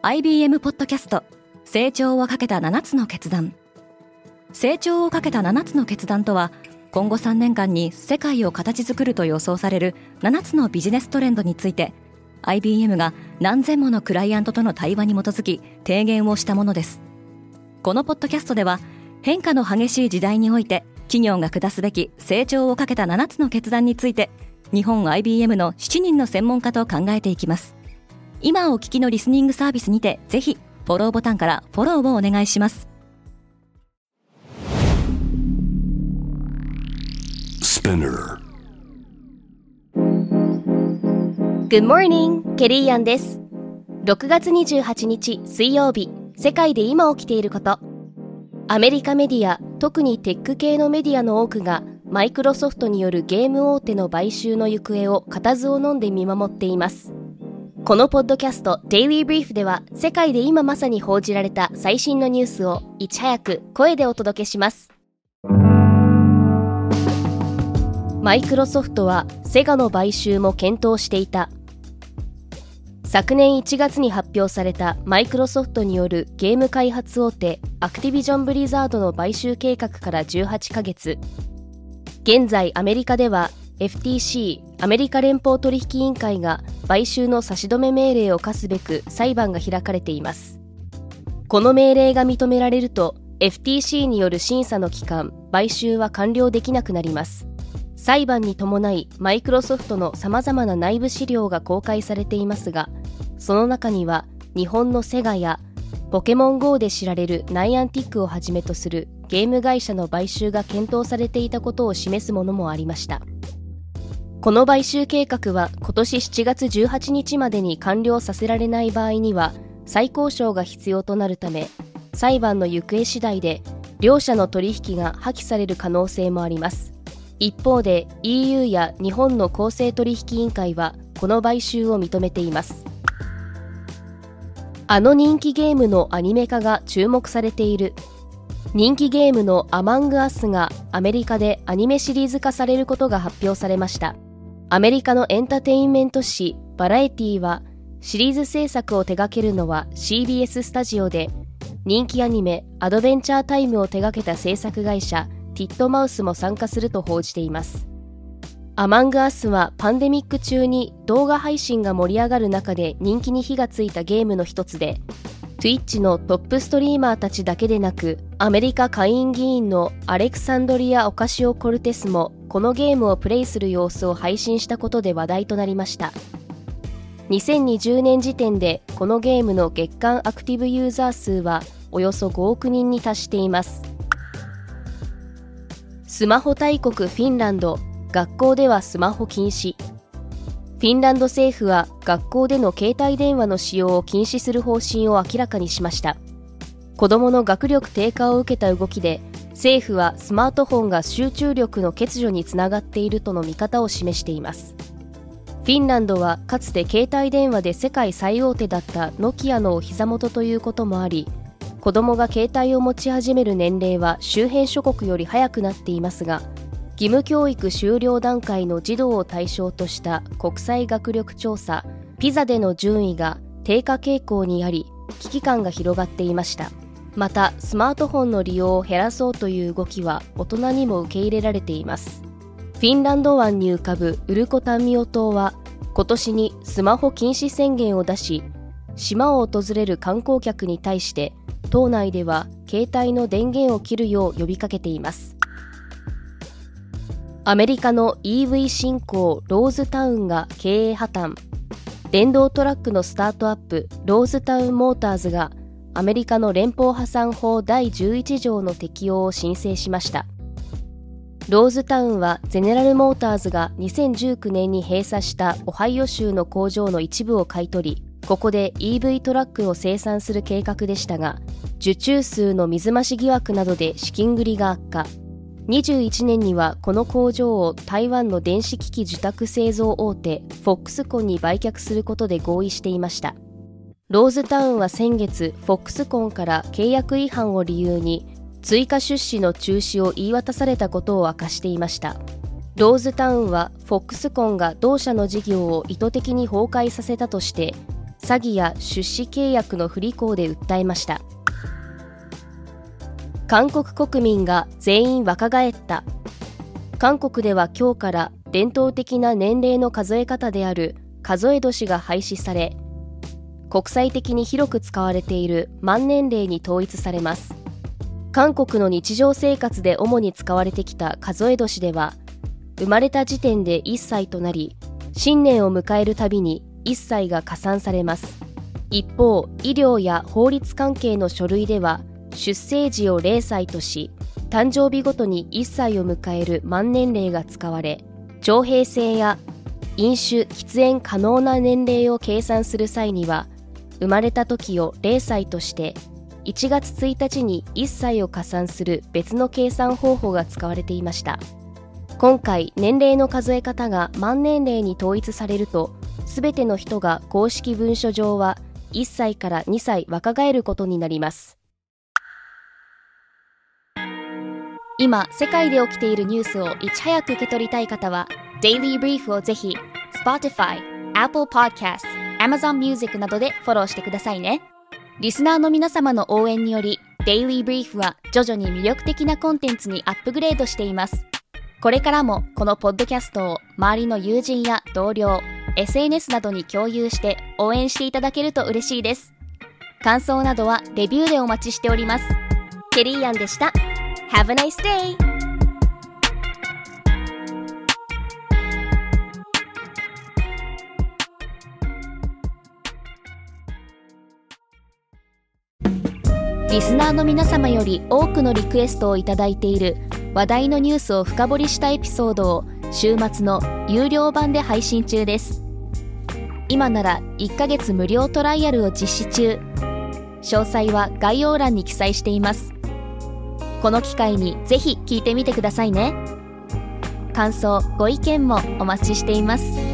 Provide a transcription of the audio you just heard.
IBM ポッドキャスト成長をかけた7つの決断。成長をかけた7つの決断とは、今後3年間に世界を形作ると予想される7つのビジネストレンドについて IBM が何千ものクライアントとの対話に基づき提言をしたものです。このポッドキャストでは、変化の激しい時代において企業が下すべき成長をかけた7つの決断について、日本 IBM の7人の専門家と考えていきます。今お聞きのリスニングサービスにて、ぜひフォローボタンからフォローをお願いします。 Good morning! ケリーアンです。6月28日水曜日、世界で今起きていること。アメリカメディア、特にテック系のメディアの多くが、マイクロソフトによるゲーム大手の買収の行方を固唾を飲んで見守っています。このポッドキャスト Daily Brief では、世界で今まさに報じられた最新のニュースをいち早く声でお届けします。マイクロソフトはセガの買収も検討していた。昨年1月に発表されたマイクロソフトによるゲーム開発大手アクティビジョン・ブリザードの買収計画から18ヶ月。現在アメリカでは FTC アメリカ連邦取引委員会が買収の差し止め命令を課すべく裁判が開かれています。この命令が認められると FTC による審査の期間、買収は完了できなくなります。裁判に伴いマイクロソフトのさまざまな内部資料が公開されていますが、その中には日本のセガやポケモン GO で知られるナイアンティックをはじめとするゲーム会社の買収が検討されていたことを示すものもありました。この買収計画は今年7月18日までに完了させられない場合には再交渉が必要となるため、裁判の行方次第で両者の取引が破棄される可能性もあります。一方で EU や日本の公正取引委員会はこの買収を認めています。あの人気ゲームのアニメ化が注目されている。人気ゲームのアマングアスがアメリカでアニメシリーズ化されることが発表されました。アメリカのエンターテインメント誌バラエティは、シリーズ制作を手掛けるのは CBS スタジオで、人気アニメアドベンチャータイムを手掛けた制作会社ティットマウスも参加すると報じています。アマングアスはパンデミック中に動画配信が盛り上がる中で人気に火がついたゲームの一つで、Twitch のトップストリーマーたちだけでなく、アメリカ下院議員のアレクサンドリア・オカシオ・コルテスもこのゲームをプレイする様子を配信したことで話題となりました。2020年時点でこのゲームの月間アクティブユーザー数はおよそ5億人に達しています。スマホ大国フィンランド、学校ではスマホ禁止。フィンランド政府は学校での携帯電話の使用を禁止する方針を明らかにしました。子どもの学力低下を受けた動きで、政府はスマートフォンが集中力の欠如につながっているとの見方を示しています。フィンランドはかつて携帯電話で世界最大手だったノキアのお膝元ということもあり、子どもが携帯を持ち始める年齢は周辺諸国より早くなっていますが、義務教育終了段階の児童を対象とした国際学力調査ピザでの順位が低下傾向にあり、危機感が広がっていました。またスマートフォンの利用を減らそうという動きは大人にも受け入れられています。フィンランド湾に浮かぶウルコタンミオ島は今年にスマホ禁止宣言を出し、島を訪れる観光客に対して島内では携帯の電源を切るよう呼びかけています。アメリカの EV 新興ローズタウンが経営破綻。電動トラックのスタートアップローズタウンモーターズがアメリカの連邦破産法第11条の適用を申請しました。ローズタウンはゼネラルモーターズが2019年に閉鎖したオハイオ州の工場の一部を買い取り、ここで EV トラックを生産する計画でしたが、受注数の水増し疑惑などで資金繰りが悪化。21年にはこの工場を台湾の電子機器受託製造大手フォックスコンに売却することで合意していました。ローズタウンは先月フォックスコンから契約違反を理由に追加出資の中止を言い渡されたことを明かしていました。ローズタウンはフォックスコンが同社の事業を意図的に崩壊させたとして詐欺や出資契約の不履行で訴えました。韓国国民が全員若返った。韓国では今日から伝統的な年齢の数え方である数え年が廃止され、国際的に広く使われている満年齢に統一されます。韓国の日常生活で主に使われてきた数え年では、生まれた時点で1歳となり、新年を迎えるたびに1歳が加算されます。一方、医療や法律関係の書類では、出生時を0歳とし、誕生日ごとに1歳を迎える満年齢が使われ、徴兵制や飲酒・喫煙可能な年齢を計算する際には、生まれた時を0歳として、1月1日に1歳を加算する別の計算方法が使われていました。今回、年齢の数え方が満年齢に統一されると、すべての人が公式文書上は1歳から2歳若返ることになります。今、世界で起きているニュースをいち早く受け取りたい方は、Daily Brief をぜひ Spotify、Apple Podcasts、Amazon Music などでフォローしてくださいね。リスナーの皆様の応援により、Daily Brief は徐々に魅力的なコンテンツにアップグレードしています。これからもこのポッドキャストを周りの友人や同僚、SNS などに共有して応援していただけると嬉しいです。感想などはレビューでお待ちしております。ケリーアンでした。Have a nice day! リスナーの皆様より多くのリクエストをいただいている話題のニュースを深掘りしたエピソードを週末の有料版で配信中です。今なら1ヶ月無料トライアルを実施中。詳細は概要欄に記載しています。この機会にぜひ聞いてみてくださいね。感想、ご意見もお待ちしています。